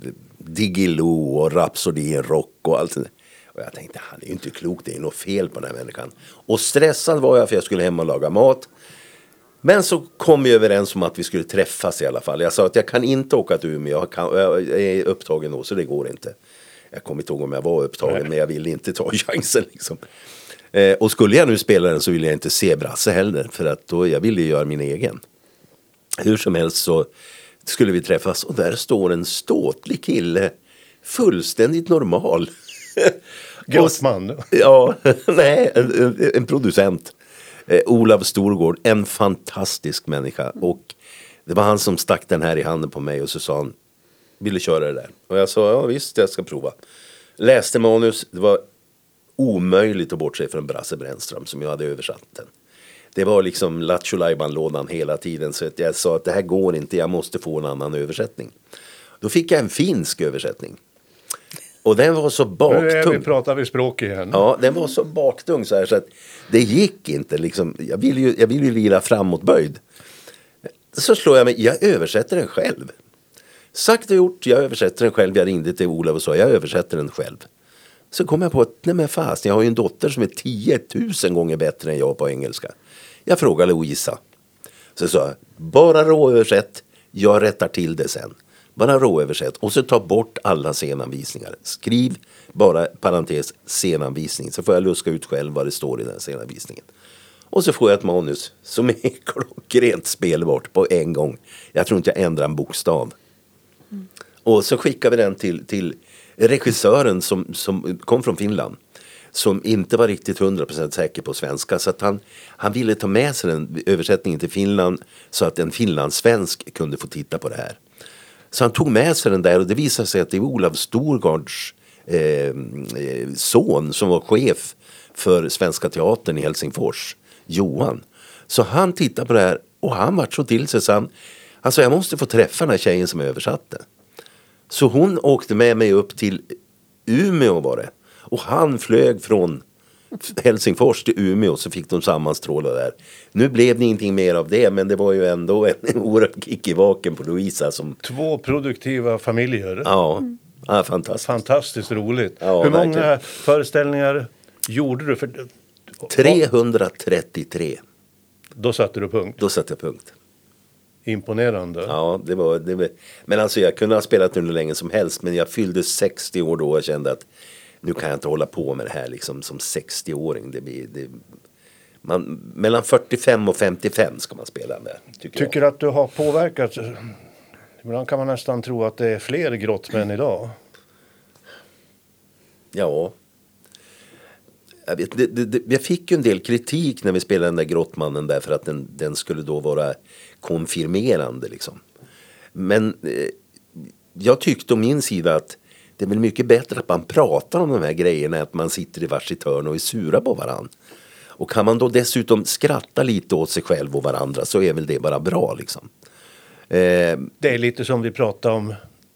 Diggiloo och Rhapsody in Rock och allt sånt. Och jag tänkte, han är ju inte klok, det är något fel på den här människan. Och stressad var jag för jag skulle hem och laga mat. Men så kom vi överens om att vi skulle träffas i alla fall. Jag sa att jag kan inte åka till Umeå, jag, kan, jag är upptagen då så det går inte. Jag kommer inte ihåg om jag var upptagen, Nej. Men jag ville inte ta chansen liksom. Eh, och skulle jag nu spela den så ville jag inte se Brasse heller, för att då jag ville göra min egen. Hur som helst så skulle vi träffas och där står en ståtlig kille, fullständigt normal. Grottman. Ja, nej, en, en, en producent. Eh, Olav Storgård, en fantastisk människa. Och det var han som stack den här i handen på mig och så sa han, vill du köra det där? Och jag sa, ja visst, jag ska prova. Läste manus, det var omöjligt att bortse från Brasse Brännström som jag hade översatt den. Det var liksom Lattjo Lajban-lådan hela tiden, så att jag sa att det här går inte, jag måste få en annan översättning. Då fick jag en finsk översättning. Och den var så baktung. Nu är vi, pratar vi språk igen. Ja, den var så baktung så här så att det gick inte liksom. Jag ville ju, jag ville ju lira framåtböjd. Så slår jag mig, jag översätter den själv. Sagt och gjort, jag översätter den själv. Jag ringde till Olav och sa, jag översätter den själv. Så kom jag på att, nej men fast, jag har ju en dotter som är tio tusen gånger bättre än jag på engelska. Jag frågade Louisa. Så sa jag, bara råöversätt, jag rättar till det sen. Bara råöversätt. Och så ta bort alla scenanvisningar. Skriv bara, parentes, scenanvisning. Så får jag luska ut själv vad det står i den scenanvisningen. Och så får jag ett manus som är klockrent spelbart på en gång. Jag tror inte jag ändrar en bokstav. Mm. Och så skickar vi den till, till regissören som, som kom från Finland. Som inte var riktigt hundra procent säker på svenska. Så att han, han ville ta med sig den översättningen till Finland. Så att en finlandssvensk kunde få titta på det här. Så han tog med sig den där. Och det visade sig att det var Olav Storgards eh, son som var chef för Svenska Teatern i Helsingfors. Johan. Så han tittade på det här. Och han var så till sig så han, han sa jag måste få träffa den här tjejen som översatte. Så hon åkte med mig upp till Umeå var det. Och han flög från Helsingfors till Umeå så fick de sammanstråla där. Nu blev det ingenting mer av det men det var ju ändå en oerhört kick i vaken på Louisa. Som... Två produktiva familjer. Ja, ja fantastiskt. Fantastiskt roligt. Ja, hur många verkligen. Föreställningar gjorde du? För... trehundratrettiotre. Då satte du punkt. Då satte jag punkt. Imponerande. Ja, det var, det var... Men alltså jag kunde ha spelat under länge som helst men jag fyllde sextio år då och kände att nu kan jag inte hålla på med det här liksom som sextio-åring. Det blir, det, man, mellan fyrtiofem och femtiofem ska man spela med. Tycker, tycker jag. att du har påverkat? Ibland kan man nästan tro att det är fler grottmän idag. Ja. Jag, vet, det, det, det, jag fick ju en del kritik när vi spelade den där grottmannen där för att den, den skulle då vara konfirmerande liksom. Men eh, jag tyckte om min sida att det är väl mycket bättre att man pratar om de här grejerna än att man sitter i varsitt hörn och är sura på varandra. Och kan man då dessutom skratta lite åt sig själv och varandra så är väl det bara bra liksom. Eh, det är lite som vi pratar om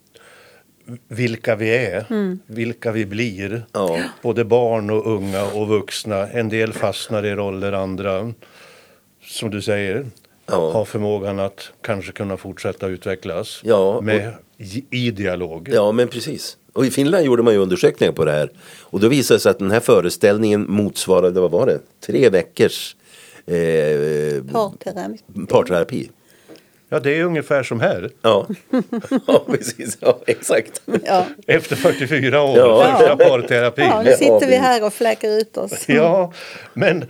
vilka vi är, mm. vilka vi blir. Ja. Både barn och unga och vuxna. En del fastnar i roller, andra, som du säger, ja. har förmågan att kanske kunna fortsätta utvecklas ja, med, och, i dialog. Ja, men precis. Och i Finland gjorde man ju undersökningar på det här. Och då visade det sig att den här föreställningen motsvarade, vad var det? Tre veckors eh, parterapi. parterapi. Ja, det är ungefär som här. Ja, ja precis. Ja, exakt. Ja. Efter fyrtiofyra år, ja. första parterapi. Ja, nu sitter vi här och fläcker ut oss. Ja, men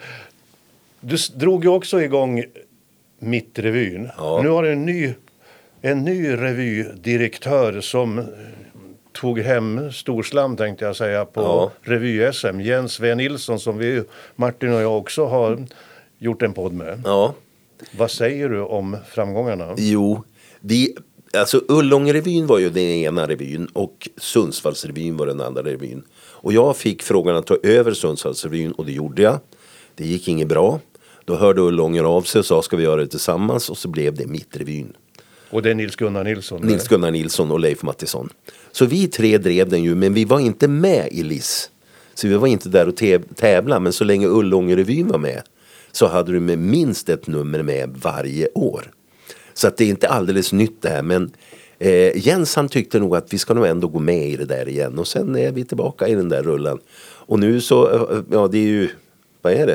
du drog ju också igång Mittrevyn. Ja. Nu har du en ny, en ny revydirektör som tog hem storslam tänkte jag säga på ja. revy-S M. Jens V. Nilsson som vi, Martin och jag också har gjort en podd med. Ja. Vad säger du om framgångarna? Jo, vi, alltså Ullångerevyn var ju den ena revyn och Sundsvallsrevyn var den andra revyn. Och jag fick frågan att ta över Sundsvallsrevyn och det gjorde jag. Det gick inget bra. Då hörde Ullånger av sig och sa ska vi göra det tillsammans och så blev det Mittrevyn. Och det är Nils Gunnar Nilsson? Nils Gunnar Nilsson och Leif Mattisson. Så vi tre drev den ju, men vi var inte med i L I S. Så vi var inte där och täv- tävla, men så länge Ullångerevyn var med så hade du med minst ett nummer med varje år. Så att det är inte alldeles nytt det här, men eh, Jens han tyckte nog att vi ska nog ändå gå med i det där igen. Och sen är vi tillbaka i den där rullen. Och nu så, ja det är ju, vad är det?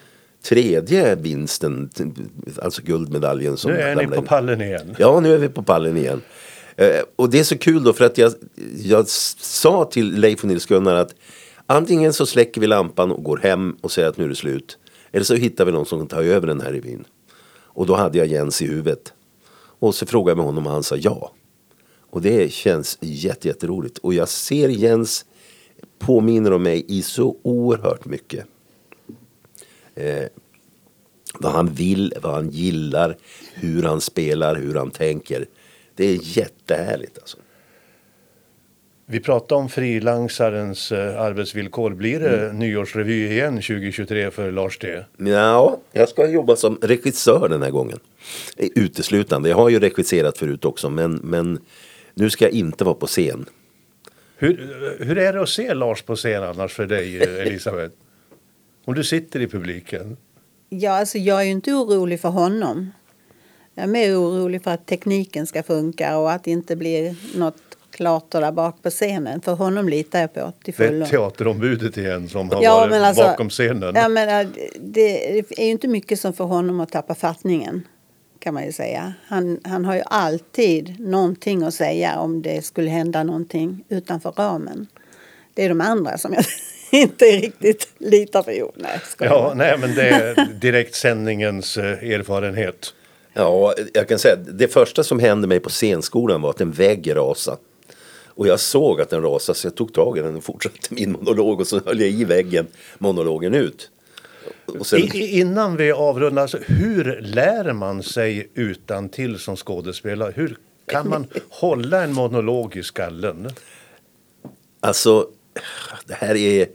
Tredje vinsten, alltså guldmedaljen som nu är ni på in. pallen igen. Ja, nu är vi på pallen igen. Eh, och det är så kul då för att jag, jag sa till Leif och Nils Gunnar att antingen så släcker vi lampan och går hem och säger att nu är det slut. Eller så hittar vi någon som kan ta över den här revyn. Och då hade jag Jens i huvudet. Och så frågade jag med honom och han sa ja. Och det känns jätte, jätteroligt. Och jag ser Jens påminner om mig i så oerhört mycket. Eh, vad han vill, vad han gillar, hur han spelar, hur han tänker. Det är jättehärligt alltså. Vi pratar om frilansarens eh, arbetsvillkor. Blir det mm. nyårsrevy igen tjugo tjugotre för Lars T? Ja, jag ska jobba som regissör den här gången. Uteslutande. Jag har ju regisserat förut också, men, men nu ska jag inte vara på scen. Hur, hur är det att se Lars på scen annars för dig, Elisabeth? Om du sitter i publiken. Ja, alltså jag är ju inte orolig för honom. Jag är mer orolig för att tekniken ska funka och att det inte blir något klart där bak på scenen. För honom litar jag på till fullo. Det är teaterombudet igen som har ja, varit men alltså, bakom scenen. Ja, men det är ju inte mycket som får honom att tappa fattningen, kan man ju säga. Han, han har ju alltid någonting att säga om det skulle hända någonting utanför ramen. Det är de andra som jag inte riktigt litar på. Jo, nej, ska Ja, jag. nej, men det är direktsändningens eh, erfarenhet. Ja, jag kan säga att det första som hände mig på scenskolan var att en vägg rasade. Och jag såg att den rasade så jag tog tag i den och fortsatte min monolog och så höll jag i väggen monologen ut. Och sen... I, innan vi avrundar, alltså, hur lär man sig utan till som skådespelare? Hur kan man hålla en monolog i skallen? Alltså, det här är...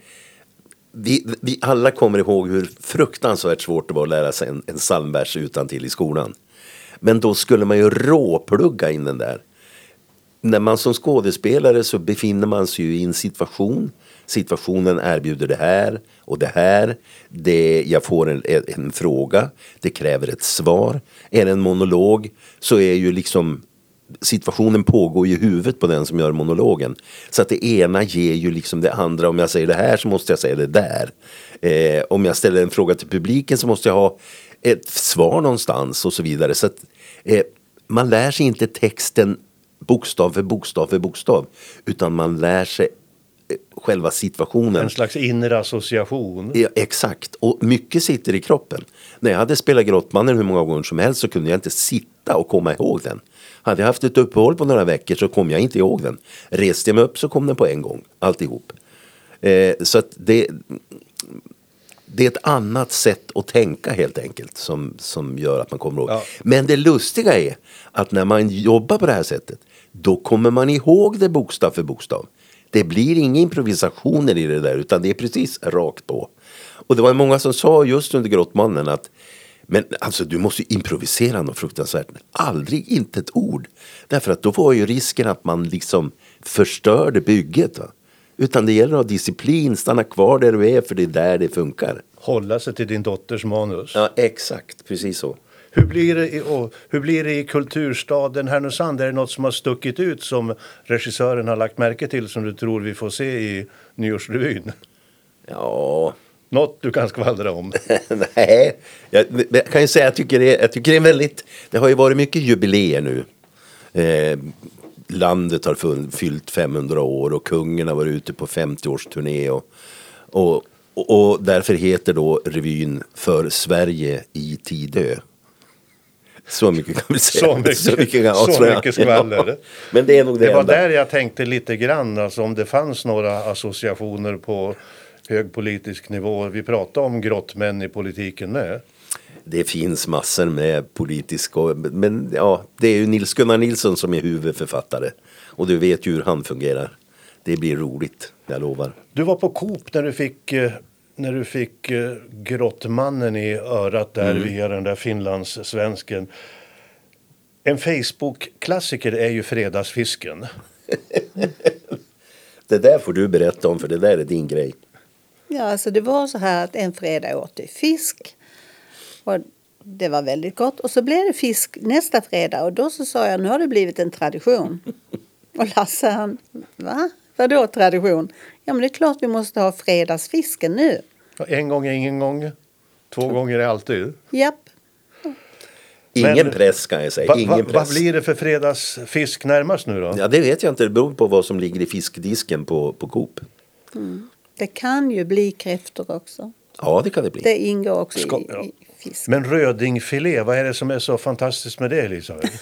Vi, vi alla kommer ihåg hur fruktansvärt svårt det var att lära sig en, en psalmvers utan till i skolan. Men då skulle man ju råplugga in den där. När man som skådespelare så befinner man sig ju i en situation. Situationen erbjuder det här och det här. Det, jag får en, en fråga. Det kräver ett svar. Är det en monolog så är ju liksom... Situationen pågår i huvudet på den som gör monologen. Så att det ena ger ju liksom det andra. Om jag säger det här så måste jag säga det där. Eh, om jag ställer en fråga till publiken så måste jag ha ett svar någonstans och så vidare. Så att eh, man lär sig inte texten bokstav för bokstav för bokstav. Utan man lär sig eh, själva situationen. En slags inre association. Ja, exakt. Och mycket sitter i kroppen. När jag hade spelat Grottmannen hur många gånger som helst så kunde jag inte sitta och komma ihåg den. Hade jag haft ett uppehåll på några veckor så kom jag inte ihåg den. Reste jag mig upp så kom den på en gång. Alltihop. Eh, så att det, det är ett annat sätt att tänka helt enkelt. Som, som gör att man kommer ihåg. Ja. Men det lustiga är att när man jobbar på det här sättet. Då kommer man ihåg det bokstav för bokstav. Det blir inga improvisationer i det där. Utan det är precis rakt på. Och det var många som sa just under Grottmannen att men alltså du måste ju improvisera något fruktansvärt. Aldrig inte ett ord. Därför att då var ju risken att man liksom förstörde bygget. Va? Utan det gäller att ha disciplin, stanna kvar där du är för det är där det funkar. Hålla sig till din dotters manus. Ja, exakt. Precis så. Hur blir det i, och, hur blir det i kulturstaden Härnösand? Är det något som har stuckit ut som regissören har lagt märke till som du tror vi får se i Nyårsrevyn? Ja... Något du kan skvallra om. Nej, jag, jag kan ju säga att jag tycker det, jag tycker det är väldigt... Det har ju varit mycket jubileer nu. Eh, landet har full, fyllt femhundra år och kungen har varit ute på femtio-årsturné. Och, och, och, och därför heter då revyn För Sverige i Tidö. Så mycket kan vi säga. Så mycket, så mycket, kan så mycket skvaller. Ja, men det är nog det, det var enda. där jag tänkte lite grann. Alltså om det fanns några associationer på hög politisk nivå. Vi pratade om grottmän i politiken med. Det finns massor med politisk och, men ja, det är ju Nils Gunnar Nilsson som är huvudförfattare och du vet ju hur han fungerar. Det blir roligt, jag lovar. Du var på Coop när du fick när du fick Grottmannen i örat där mm. via den där finlandssvensken. En Facebook-klassiker är ju fredagsfisken. Det där får du berätta om för det där är din grej. Ja, alltså det var så här att en fredag åt jag fisk. Och det var väldigt gott. Och så blev det fisk nästa fredag. Och då så sa jag, nu har det blivit en tradition. Och Lasse han, va? Vadå tradition? Ja, men det är klart vi måste ha fredagsfisken nu. En gång är ingen gång. Två gånger är alltid. Japp. Ingen men, press kan jag säga. Va, Ingen va, press. Vad blir det för fredagsfisk närmast nu då? Ja, det vet jag inte. Det beror på vad som ligger i fiskdisken på, på Coop. Mm. Det kan ju bli kräftor också. Ja, det kan det bli. Det ingår också Ska, i, ja. i fisk. Men rödingfilé, vad är det som är så fantastiskt med det, Elisabeth?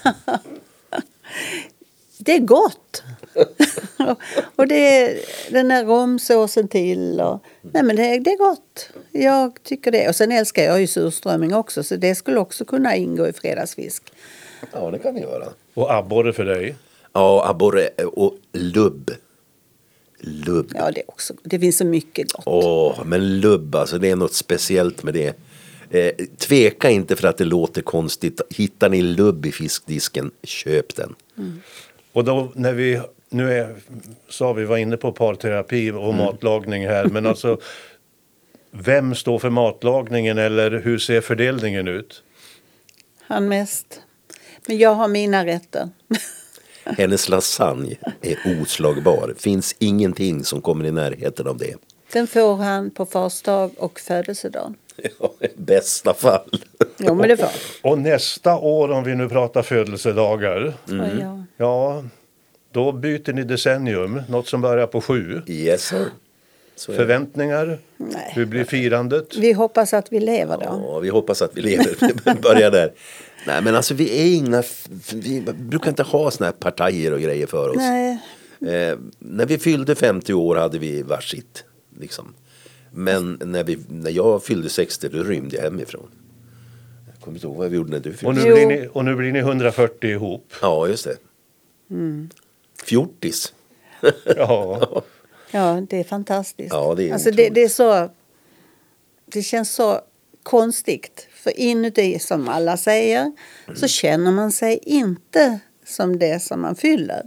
Det är gott. Och det är den här romsåsen till. Och, nej men det, det är gott. Jag tycker det. Och sen älskar jag ju surströmming också. Så det skulle också kunna ingå i fredagsfisk. Ja, det kan vi göra. Och abborre för dig? Ja, abborre och lubb. Lubb. Ja, det är också. Det finns så mycket gott. Åh, men lubb, alltså det är något speciellt med det. Eh, tveka inte för att det låter konstigt. Hittar ni lubb i fiskdisken, köp den. Mm. Och då när vi, nu är, sa vi var inne på parterapi och mm. matlagning här. Men alltså, vem står för matlagningen eller hur ser fördelningen ut? Han mest. Men jag har mina rätter. Hennes lasagne är oslagbar. Finns ingenting som kommer i närheten av det. Den får han på farsdag och födelsedag. Ja, i bästa fall. Jo, men det får. Och, och nästa år, om vi nu pratar födelsedagar. Mm. Ja. Ja, då byter ni decennium. Något som börjar på sju. Yes, sir. Så är det. Förväntningar? Nej. Hur blir firandet? Vi hoppas att vi lever då. Ja, vi hoppas att vi lever. Börja där. Nej, men alltså vi är inga... Vi brukar inte ha såna här partier och grejer för oss. Nej. Eh, när vi fyllde femtio år hade vi varsitt. Liksom. Men när, vi, när jag fyllde sextio då rymde jag hemifrån. Jag kommer inte ihåg vad vi gjorde när du Och fyllde. nu, blir ni, och nu blir ni hundrafyrtio ihop. Ja, just det. Mm. Fjortis. Ja. Ja, det är fantastiskt. Ja, det är alltså det, otroligt. det är så... Det känns så konstigt. För inuti, som alla säger, så känner man sig inte som det som man fyller.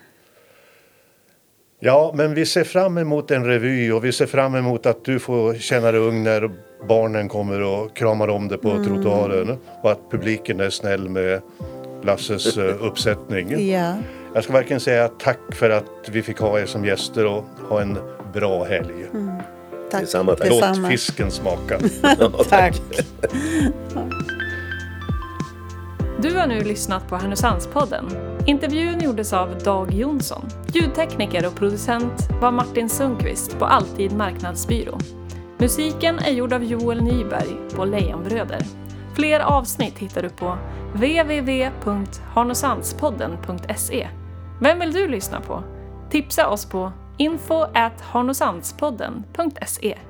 Ja, men vi ser fram emot en revy och vi ser fram emot att du får känna dig ung när barnen kommer och kramar om dig på mm. trottoaren. Och att publiken är snäll med Lasses uh, uppsättning. Ja. Jag ska verkligen säga tack för att vi fick ha er som gäster och ha en bra helg. Mm. Tack. Detsamma, tack. Låt Detsamma. fisken smaka. Tack. Du har nu lyssnat på Härnösandspodden. Intervjun gjordes av Dag Jonsson. Ljudtekniker och producent var Martin Sundqvist på Alltid Marknadsbyrå. Musiken är gjord av Joel Nyberg på Lejonbröder. Fler avsnitt hittar du på w w w punkt harnosandspodden punkt se. Vem vill du lyssna på? Tipsa oss på info at harnosandspodden punkt se.